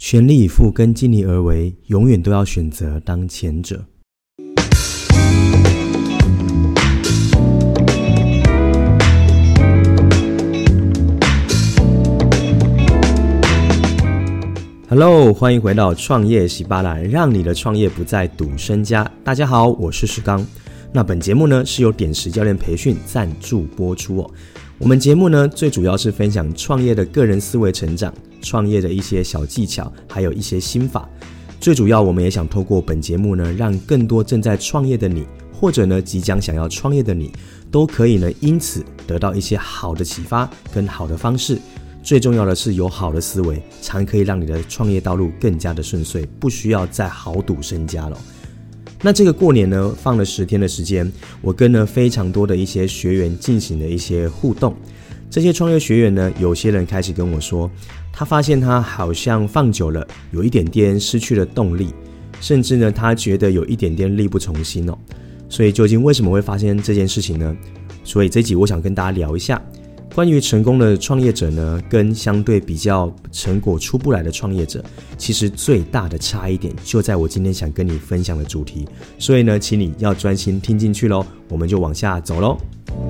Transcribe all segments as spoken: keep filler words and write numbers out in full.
全力以赴跟尽力而为，永远都要选择当前者。Hello， 欢迎回到创业喜巴拉，让你的创业不再赌身家。大家好，我是石刚。那本节目呢是由点石教练培训赞助播出哦。我们节目呢最主要是分享创业的个人思维成长、创业的一些小技巧，还有一些心法。最主要我们也想透过本节目呢，让更多正在创业的你，或者呢即将想要创业的你，都可以呢因此得到一些好的启发跟好的方式。最重要的是有好的思维，才可以让你的创业道路更加的顺遂，不需要再豪赌身家了。那这个过年呢，放了十天的时间，我跟了非常多的一些学员进行了一些互动。这些创业学员呢，有些人开始跟我说，他发现他好像放久了，有一点点失去了动力，甚至呢，他觉得有一点点力不从心哦。所以究竟为什么会发生这件事情呢？所以这集我想跟大家聊一下。关于成功的创业者呢，跟相对比较成果出不来的创业者，其实最大的差异点就在我今天想跟你分享的主题。所以呢，请你要专心听进去咯，我们就往下走咯。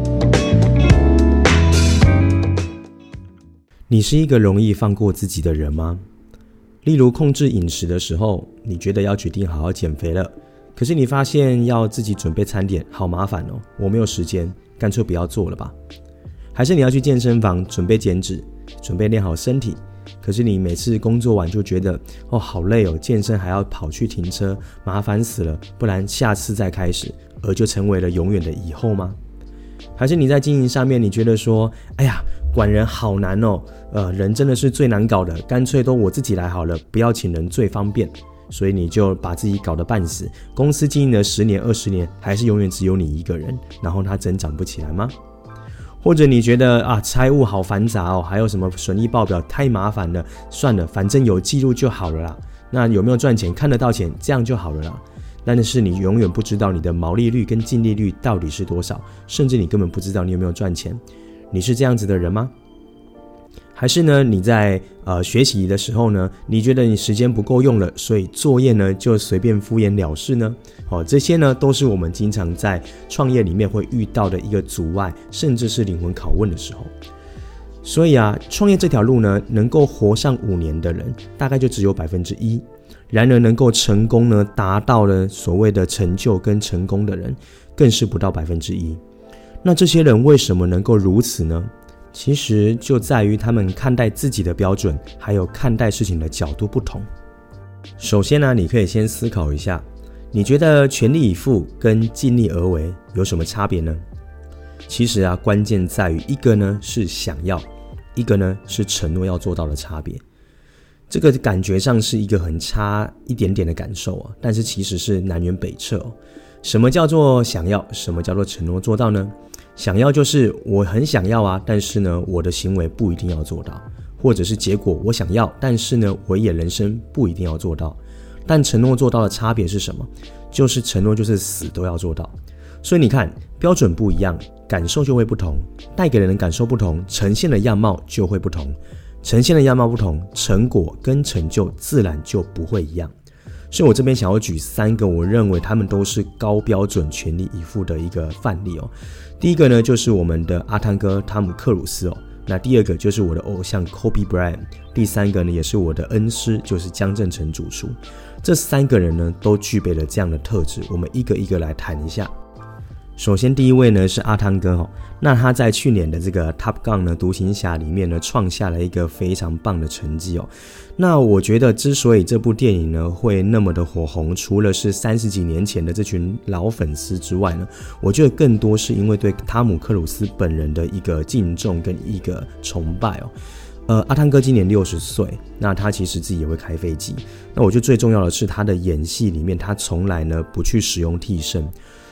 你是一个容易放过自己的人吗？例如控制饮食的时候，你觉得要决定好好减肥了，可是你发现要自己准备餐点好麻烦哦，我没有时间，干脆不要做了吧。还是你要去健身房准备减脂，准备练好身体，可是你每次工作完就觉得哦好累哦，健身还要跑去停车，麻烦死了，不然下次再开始，而就成为了永远的以后吗？还是你在经营上面，你觉得说，哎呀，管人好难哦，呃，人真的是最难搞的，干脆都我自己来好了，不要请人最方便，所以你就把自己搞得半死，公司经营了十年、二十年，还是永远只有你一个人，然后它增长不起来吗？或者你觉得啊，财务好繁杂哦，还有什么损益报表太麻烦了，算了，反正有记录就好了啦。那有没有赚钱，看得到钱，这样就好了啦。但是你永远不知道你的毛利率跟净利率到底是多少，甚至你根本不知道你有没有赚钱。你是这样子的人吗？还是呢，你在呃学习的时候呢，你觉得你时间不够用了，所以作业呢就随便敷衍了事呢？哦，这些呢都是我们经常在创业里面会遇到的一个阻碍，甚至是灵魂拷问的时候。所以啊，创业这条路呢，能够活上五年的人，大概就只有百分之一。然而能够成功呢，达到了所谓的成就跟成功的人，更是不到百分之一。那这些人为什么能够如此呢？其实就在于他们看待自己的标准，还有看待事情的角度不同。首先呢，你可以先思考一下，你觉得全力以赴跟尽力而为有什么差别呢？其实啊，关键在于一个呢是想要，一个呢是承诺要做到的差别。这个感觉上是一个很差一点点的感受啊，但是其实是南辕北辙哦。什么叫做想要？什么叫做承诺做到呢？想要就是我很想要啊，但是呢，我的行为不一定要做到，或者是结果我想要，但是呢，我也人生不一定要做到。但承诺做到的差别是什么？就是承诺就是死都要做到。所以你看，标准不一样，感受就会不同，带给人的感受不同，呈现的样貌就会不同，呈现的样貌不同，成果跟成就自然就不会一样。所以我这边想要举三个我认为他们都是高标准全力以赴的一个范例哦。第一个呢就是我们的阿汤哥汤姆克鲁斯哦，那第二个就是我的偶像 Kobe Bryant， 第三个呢也是我的恩师，就是江振成主厨。这三个人呢都具备了这样的特质，我们一个一个来谈一下。首先第一位呢是阿汤哥哦，那他在去年的这个 Top Gun 呢独行侠里面呢创下了一个非常棒的成绩哦。那我觉得之所以这部电影呢会那么的火红，除了是三十几年前的这群老粉丝之外呢，我觉得更多是因为对汤姆克鲁斯本人的一个敬重跟一个崇拜哦。呃，阿汤哥今年六十岁，那他其实自己也会开飞机。那我觉得最重要的是他的演戏里面，他从来呢不去使用替身。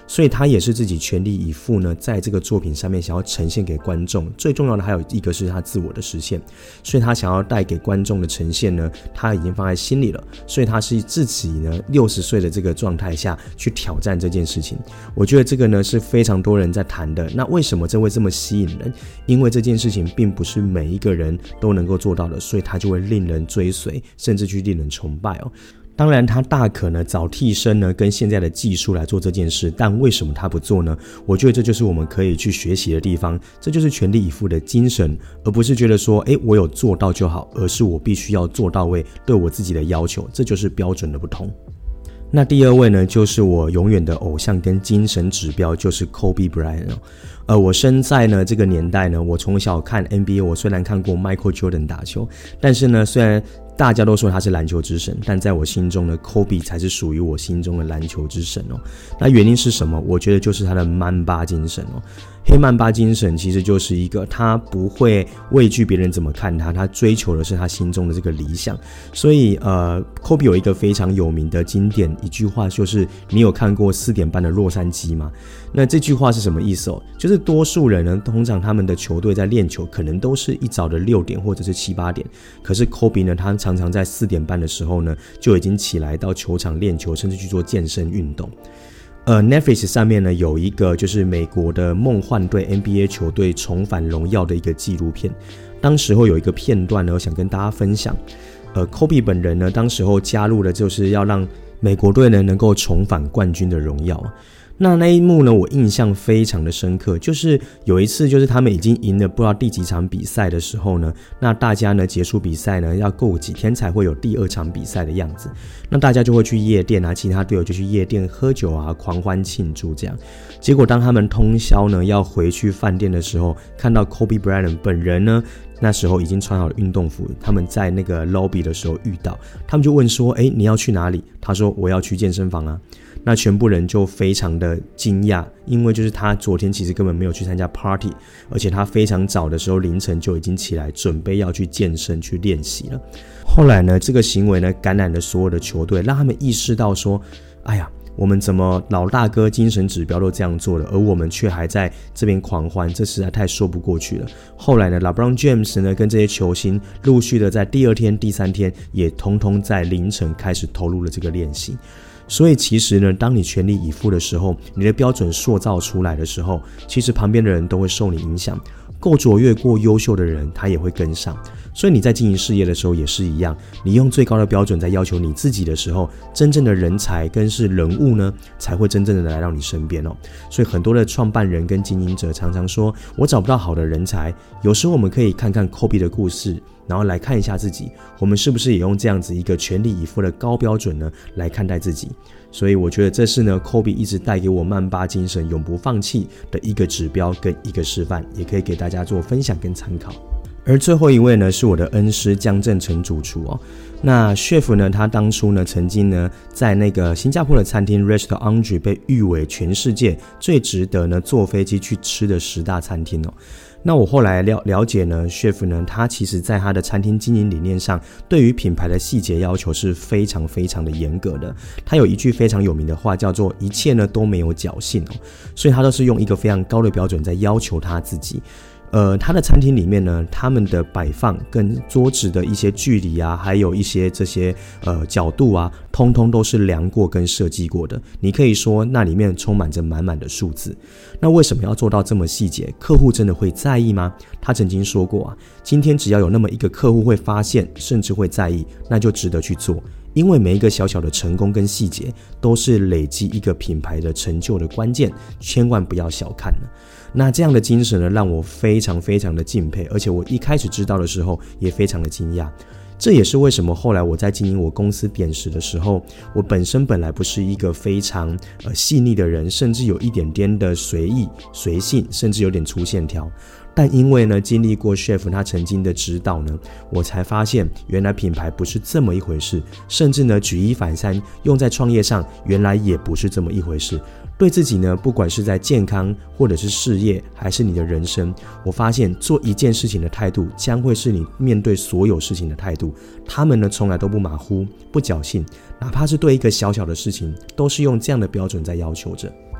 所以他也是自己全力以赴呢，在这个作品上面想要呈现给观众。最重要的还有一个是他自我的实现，所以他想要带给观众的呈现呢，他已经放在心里了。所以他是自己呢六十岁的这个状态下去挑战这件事情。我觉得这个呢是非常多人在谈的。那为什么这会这么吸引人？因为这件事情并不是每一个人都能够做到的，所以他就会令人追随，甚至去令人崇拜哦。当然他大可呢找替身呢跟现在的技术来做这件事，但为什么他不做呢？我觉得这就是我们可以去学习的地方，这就是全力以赴的精神，而不是觉得说诶我有做到就好，而是我必须要做到位，对我自己的要求，这就是标准的不同。那第二位呢，就是我永远的偶像跟精神指标，就是 Kobe Bryant 哦。呃，我生在呢这个年代呢，我从小看 N B A， 我虽然看过 Michael Jordan 打球，但是呢，虽然大家都说他是篮球之神，但在我心中呢 Kobe 才是属于我心中的篮球之神哦。那原因是什么？我觉得就是他的曼巴精神哦。黑曼巴精神其实就是一个他不会畏惧别人怎么看他，他追求的是他心中的这个理想。所以呃 Kobe 有一个非常有名的经典一句话，就是你有看过四点半的洛杉矶吗？那这句话是什么意思哦？就是多数人呢，通常他们的球队在练球可能都是一早的六点或者是七八点，可是 Kobe 呢，他常常在四点半的时候呢就已经起来到球场练球，甚至去做健身运动。呃 Netflix 上面呢有一个就是美国的梦幻队 N B A 球队重返荣耀的一个纪录片，当时候有一个片段呢，我想跟大家分享。呃 Kobe 本人呢，当时候加入的就是要让美国队呢能够重返冠军的荣耀。那那一幕呢，我印象非常的深刻，就是有一次就是他们已经赢了不知道第几场比赛的时候呢，那大家呢结束比赛呢要过几天才会有第二场比赛的样子，那大家就会去夜店啊，其他队友就去夜店喝酒啊，狂欢庆祝这样。结果当他们通宵呢要回去饭店的时候，看到 Kobe Bryant 本人呢那时候已经穿好了运动服，他们在那个 lobby 的时候遇到，他们就问说诶你要去哪里？他说我要去健身房啊。那全部人就非常的惊讶，因为就是他昨天其实根本没有去参加 party， 而且他非常早的时候凌晨就已经起来准备要去健身去练习了。后来呢这个行为呢感染了所有的球队，让他们意识到说哎呀我们怎么老大哥精神指标都这样做了，而我们却还在这边狂欢，这实在太说不过去了。后来呢 LeBron James 呢跟这些球星陆续的在第二天第三天也统统在凌晨开始投入了这个练习。所以其实呢，当你全力以赴的时候，你的标准塑造出来的时候，其实旁边的人都会受你影响，够卓越过优秀的人他也会跟上。所以你在经营事业的时候也是一样，你用最高的标准在要求你自己的时候，真正的人才跟是人物呢才会真正的来到你身边哦。所以很多的创办人跟经营者常常说我找不到好的人才，有时候我们可以看看 Kobe 的故事，然后来看一下自己，我们是不是也用这样子一个全力以赴的高标准呢来看待自己。所以我觉得这是呢 Kobe 一直带给我曼巴精神永不放弃的一个指标跟一个示范，也可以给大家做分享跟参考。而最后一位呢是我的恩师江振成主厨哦。那 chef 呢他当初呢曾经呢在那个新加坡的餐厅 Restaurant Andre 被誉为全世界最值得呢坐飞机去吃的十大餐厅哦。那我后来 了, 了解呢 chef 呢他其实在他的餐厅经营理念上对于品牌的细节要求是非常非常的严格的。他有一句非常有名的话叫做一切呢都没有侥幸哦，所以他都是用一个非常高的标准在要求他自己。呃，他的餐厅里面呢，他们的摆放跟桌子的一些距离啊，还有一些这些呃角度啊，通通都是量过跟设计过的。你可以说那里面充满着满满的数字。那为什么要做到这么细节？客户真的会在意吗？他曾经说过啊，今天只要有那么一个客户会发现，甚至会在意，那就值得去做。因为每一个小小的成功跟细节都是累积一个品牌的成就的关键，千万不要小看了。那这样的精神呢，让我非常非常的敬佩，而且我一开始知道的时候也非常的惊讶。这也是为什么后来我在经营我公司点食的时候，我本身本来不是一个非常呃细腻的人，甚至有一点点的随意随性，甚至有点粗线条。但因为呢经历过 chef 他曾经的指导呢，我才发现原来品牌不是这么一回事，甚至呢举一反三用在创业上原来也不是这么一回事。对自己呢，不管是在健康或者是事业还是你的人生，我发现做一件事情的态度将会是你面对所有事情的态度。他们呢从来都不马虎不侥幸，哪怕是对一个小小的事情都是用这样的标准在要求着。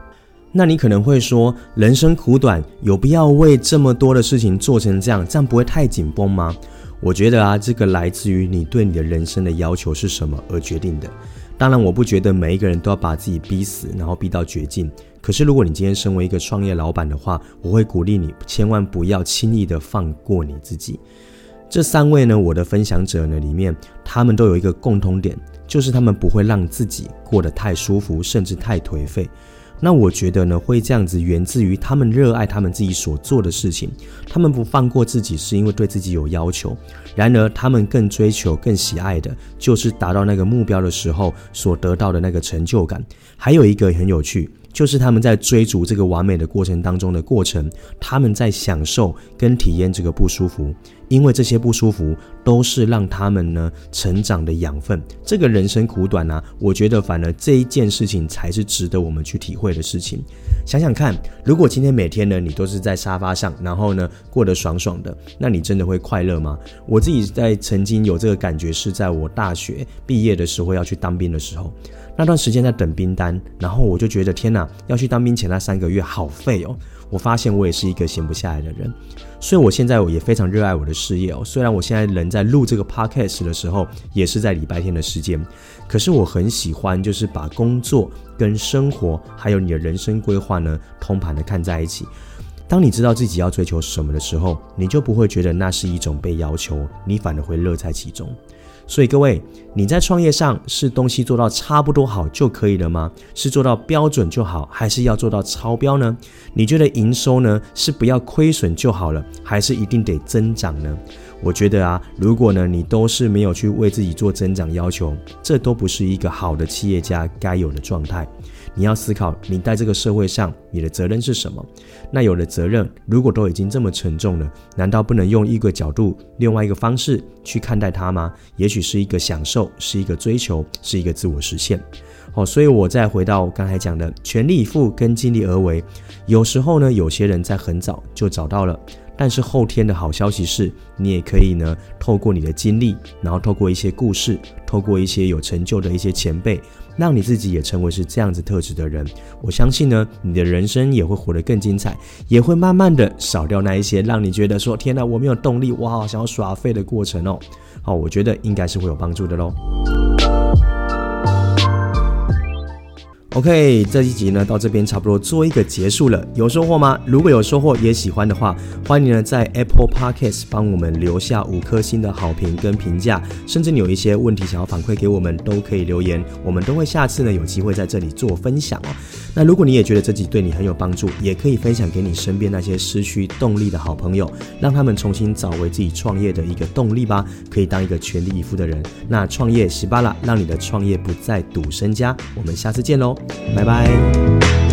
那你可能会说，人生苦短，有必要为这么多的事情做成这样，这样不会太紧绷吗？我觉得啊，这个来自于你对你的人生的要求是什么而决定的。当然我不觉得每一个人都要把自己逼死，然后逼到绝境，可是如果你今天身为一个创业老板的话，我会鼓励你千万不要轻易的放过你自己。这三位呢，我的分享者呢里面，他们都有一个共通点，就是他们不会让自己过得太舒服，甚至太颓废。那我觉得呢，会这样子源自于他们热爱他们自己所做的事情，他们不放过自己是因为对自己有要求，然而他们更追求更喜爱的就是达到那个目标的时候所得到的那个成就感。还有一个很有趣，就是他们在追逐这个完美的过程当中的过程，他们在享受跟体验这个不舒服，因为这些不舒服都是让他们呢成长的养分。这个人生苦短啊，我觉得反而这一件事情才是值得我们去体会的事情。想想看，如果今天每天呢你都是在沙发上，然后呢过得爽爽的，那你真的会快乐吗？我自己在曾经有这个感觉，是在我大学毕业的时候要去当兵的时候，那段时间在等兵单，然后我就觉得天哪，要去当兵前那三个月好废哦。我发现我也是一个闲不下来的人，所以我现在我也非常热爱我的事业哦。虽然我现在人在录这个 podcast 的时候也是在礼拜天的时间，可是我很喜欢就是把工作跟生活还有你的人生规划呢通盘的看在一起。当你知道自己要追求什么的时候，你就不会觉得那是一种被要求，你反而会乐在其中。所以各位，你在创业上是东西做到差不多好就可以了吗？是做到标准就好，还是要做到超标呢？你觉得营收呢是不要亏损就好了，还是一定得增长呢？我觉得啊，如果呢你都是没有去为自己做增长要求，这都不是一个好的企业家该有的状态。你要思考你在这个社会上你的责任是什么。那有了责任，如果都已经这么沉重了，难道不能用一个角度另外一个方式去看待它吗？也许是一个享受，是一个追求，是一个自我实现。哦，所以我再回到我刚才讲的全力以赴跟尽力而为，有时候呢有些人在很早就找到了，但是后天的好消息是，你也可以呢透过你的经历，然后透过一些故事，透过一些有成就的一些前辈，让你自己也成为是这样子特质的人。我相信呢你的人生也会活得更精彩，也会慢慢的少掉那一些让你觉得说天哪我没有动力，我好想要耍废的过程哦。好，我觉得应该是会有帮助的咯。OK， 这一集呢到这边差不多做一个结束了，有收获吗？如果有收获也喜欢的话，欢迎呢在 Apple Podcast 帮我们留下五颗星的好评跟评价，甚至你有一些问题想要反馈给我们都可以留言，我们都会下次呢有机会在这里做分享哦。那如果你也觉得这集对你很有帮助，也可以分享给你身边那些失去动力的好朋友，让他们重新找回自己创业的一个动力吧，可以当一个全力以赴的人。那创业喜巴拉，让你的创业不再赌身家，我们下次见咯，拜拜。